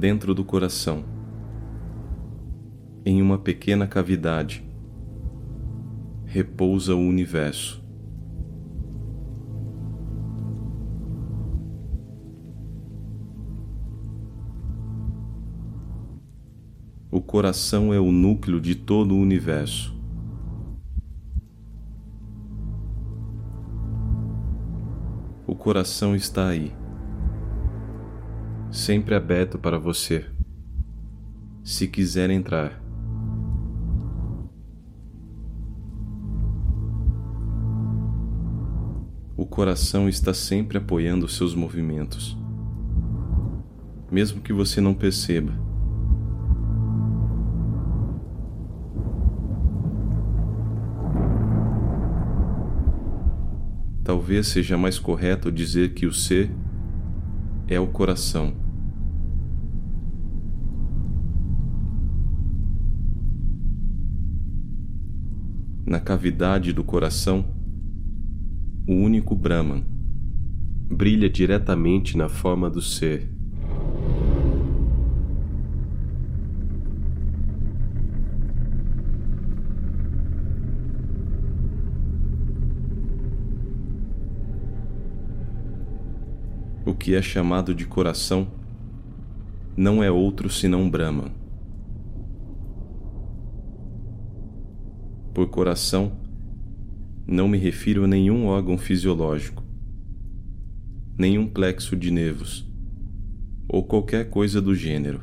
dentro do coração, em uma pequena cavidade, repousa o universo. O coração é o núcleo de todo o universo. O coração está aí, sempre aberto para você, se quiser entrar. O coração está sempre apoiando seus movimentos, mesmo que você não perceba. Talvez seja mais correto dizer que o ser é o coração. Na cavidade do coração, o único Brahman brilha diretamente na forma do ser. O que é chamado de coração não é outro senão Brahman. Por coração, não me refiro a nenhum órgão fisiológico, nenhum plexo de nervos, ou qualquer coisa do gênero.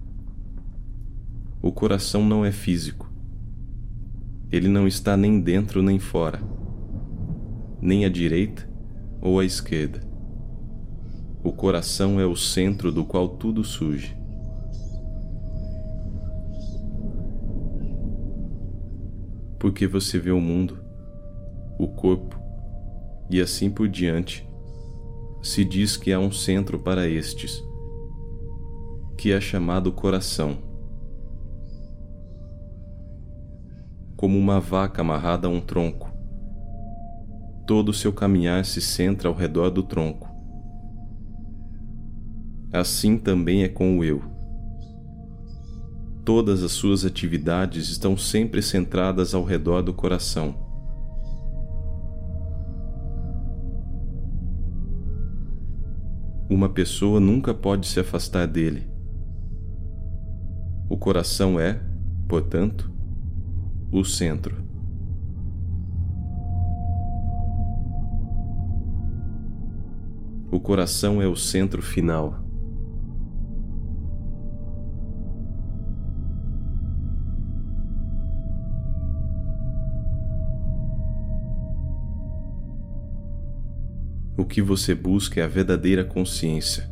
O coração não é físico. Ele não está nem dentro nem fora, nem à direita ou à esquerda. O coração é o centro do qual tudo surge. Porque você vê o mundo, o corpo e assim por diante, se diz que há um centro para estes, que é chamado coração. Como uma vaca amarrada a um tronco, todo o seu caminhar se centra ao redor do tronco. Assim também é com o eu. Todas as suas atividades estão sempre centradas ao redor do coração. Uma pessoa nunca pode se afastar dele. O coração é, portanto, o centro. O coração é o centro final. O que você busca é a verdadeira consciência.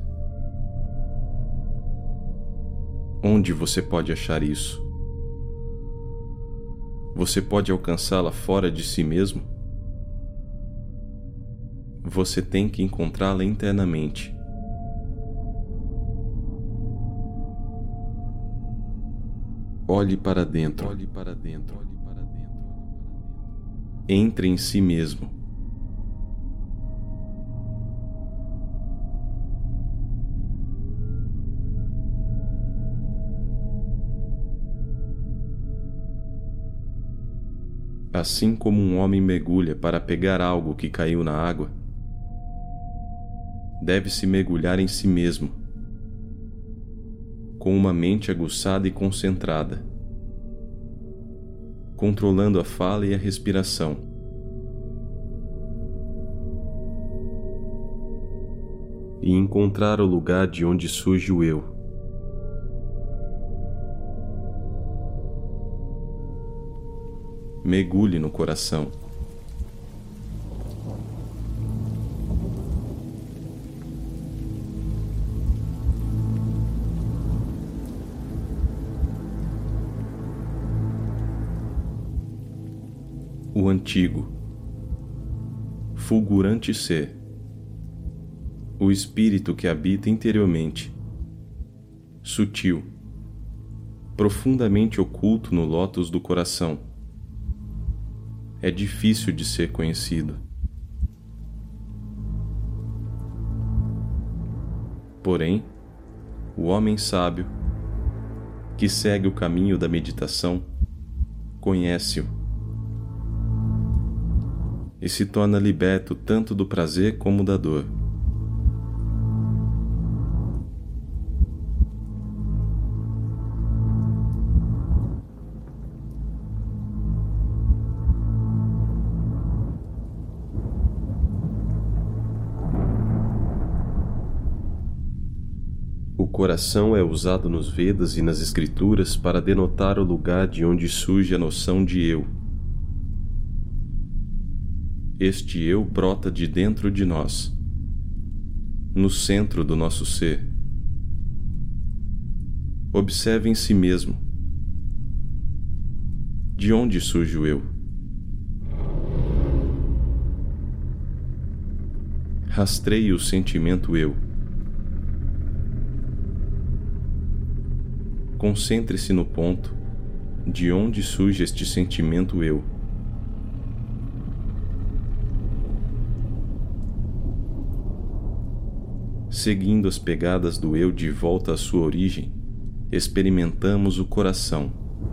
Onde você pode achar isso? Você pode alcançá-la fora de si mesmo? Você tem que encontrá-la internamente. Olhe para dentro. Entre em si mesmo. Assim como um homem mergulha para pegar algo que caiu na água, deve-se mergulhar em si mesmo, com uma mente aguçada e concentrada, controlando a fala e a respiração. E encontrar o lugar de onde surge o eu. Mergulhe no coração. O antigo, fulgurante ser, o espírito que habita interiormente, sutil, profundamente oculto no lótus do coração, é difícil de ser conhecido. Porém, O homem sábio, que segue o caminho da meditação, conhece-o e se torna liberto tanto do prazer como da dor. O coração é usado nos Vedas e nas Escrituras para denotar o lugar de onde surge a noção de eu. Este eu brota de dentro de nós, no centro do nosso ser. Observe em si mesmo. De onde surge o eu? Rastreie o sentimento eu. Concentre-se no ponto de onde surge este sentimento eu. Seguindo as pegadas do eu de volta à sua origem, experimentamos o coração.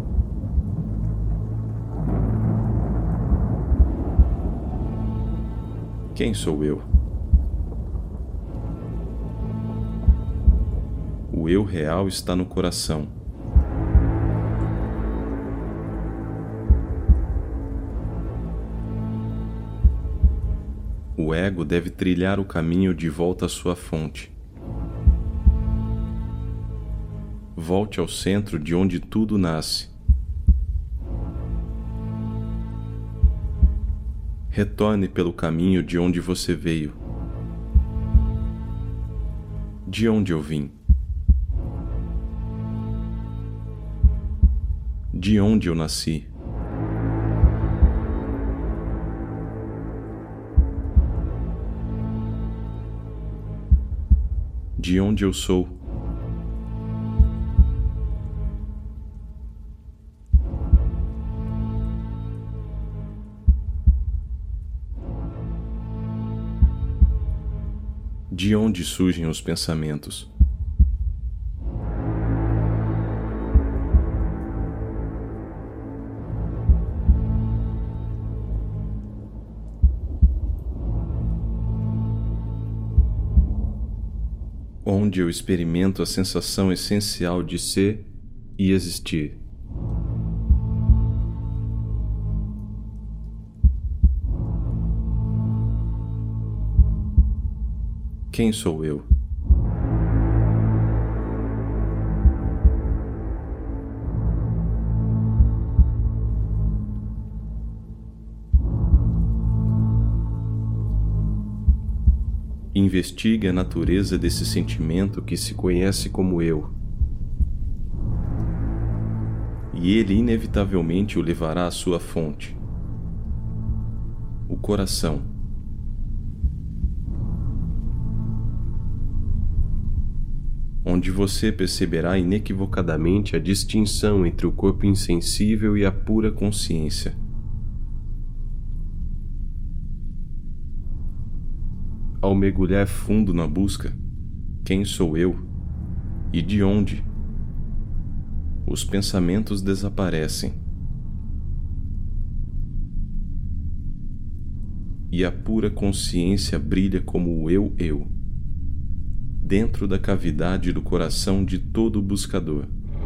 Quem sou eu? O eu real está no coração. O ego deve trilhar o caminho de volta à sua fonte. Volte ao centro de onde tudo nasce. Retorne pelo caminho de onde você veio. De onde eu vim? De onde eu nasci? De onde eu sou? De onde surgem os pensamentos? Onde eu experimento a sensação essencial de ser e existir. Quem sou eu? Investigue a natureza desse sentimento que se conhece como eu. E ele inevitavelmente o levará à sua fonte, o coração. Onde você perceberá inequivocadamente a distinção entre o corpo insensível e a pura consciência. Ao mergulhar fundo na busca, quem sou eu e de onde, os pensamentos desaparecem e a pura consciência brilha como o eu, dentro da cavidade do coração de todo buscador.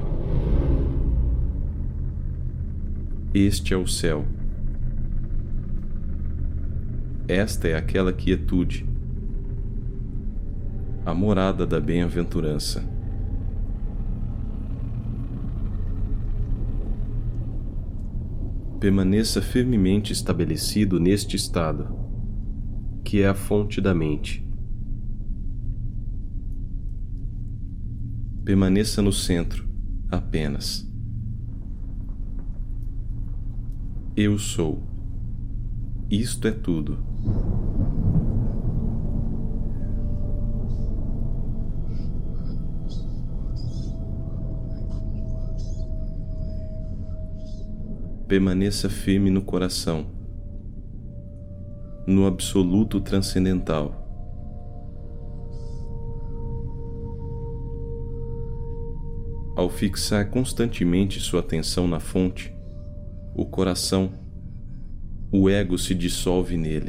Este é o céu. Esta é aquela quietude, a morada da bem-aventurança. Permaneça firmemente estabelecido neste estado, que é a fonte da mente. Permaneça no centro, apenas. Eu sou. Isto é tudo. Permaneça firme no coração, no absoluto transcendental. Ao fixar constantemente sua atenção na fonte, o coração, o ego se dissolve nele.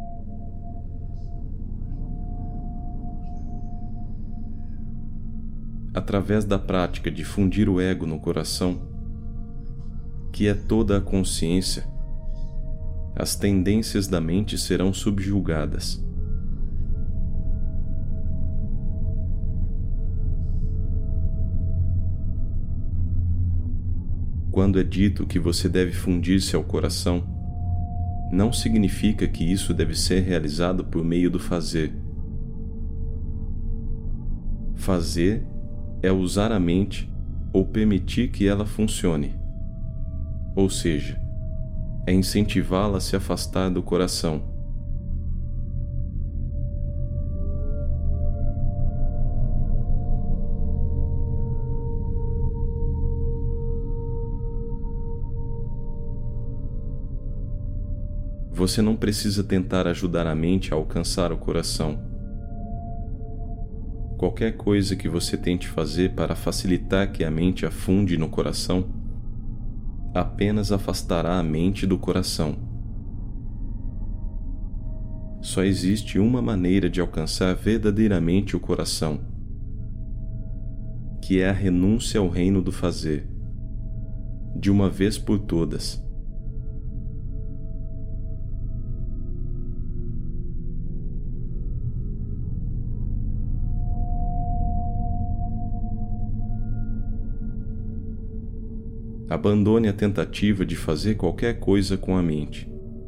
Através da prática de fundir o ego no coração, que é toda a consciência, as tendências da mente serão subjugadas. Quando é dito que você deve fundir-se ao coração, não significa que isso deve ser realizado por meio do fazer. Fazer é usar a mente ou permitir que ela funcione. Ou seja, é incentivá-la a se afastar do coração. Você não precisa tentar ajudar a mente a alcançar o coração. Qualquer coisa que você tente fazer para facilitar que a mente afunde no coração, apenas afastará a mente do coração. Só existe uma maneira de alcançar verdadeiramente o coração, que é a renúncia ao reino do fazer, de uma vez por todas. Abandone a tentativa de fazer qualquer coisa com a mente.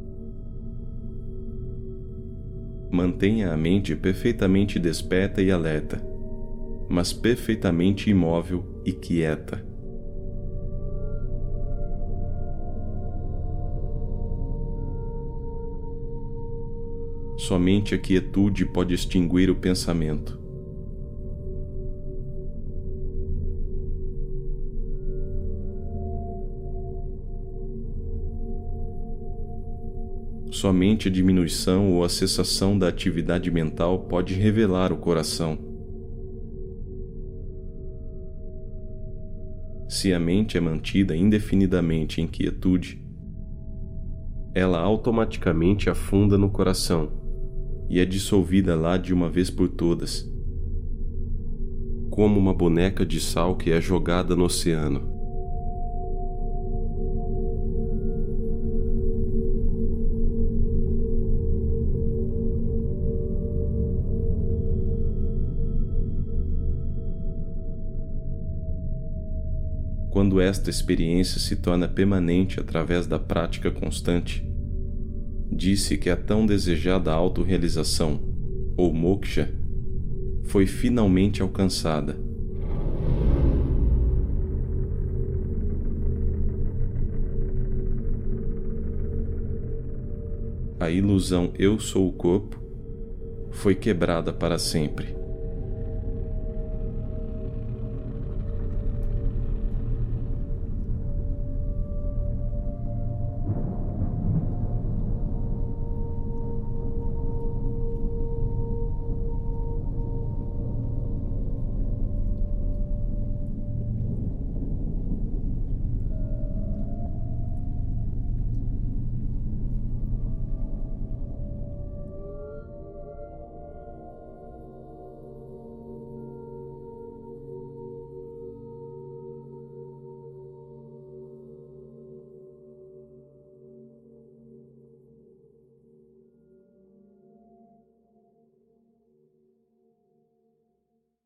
Mantenha a mente perfeitamente desperta e alerta, mas perfeitamente imóvel e quieta. Somente a quietude pode extinguir o pensamento. Somente a diminuição ou a cessação da atividade mental pode revelar o coração. Se a mente é mantida indefinidamente em quietude, ela automaticamente afunda no coração e é dissolvida lá de uma vez por todas, como uma boneca de sal que é jogada no oceano. Quando esta experiência se torna permanente através da prática constante, disse que a tão desejada autorrealização, ou moksha, foi finalmente alcançada. A ilusão eu sou o corpo foi quebrada para sempre.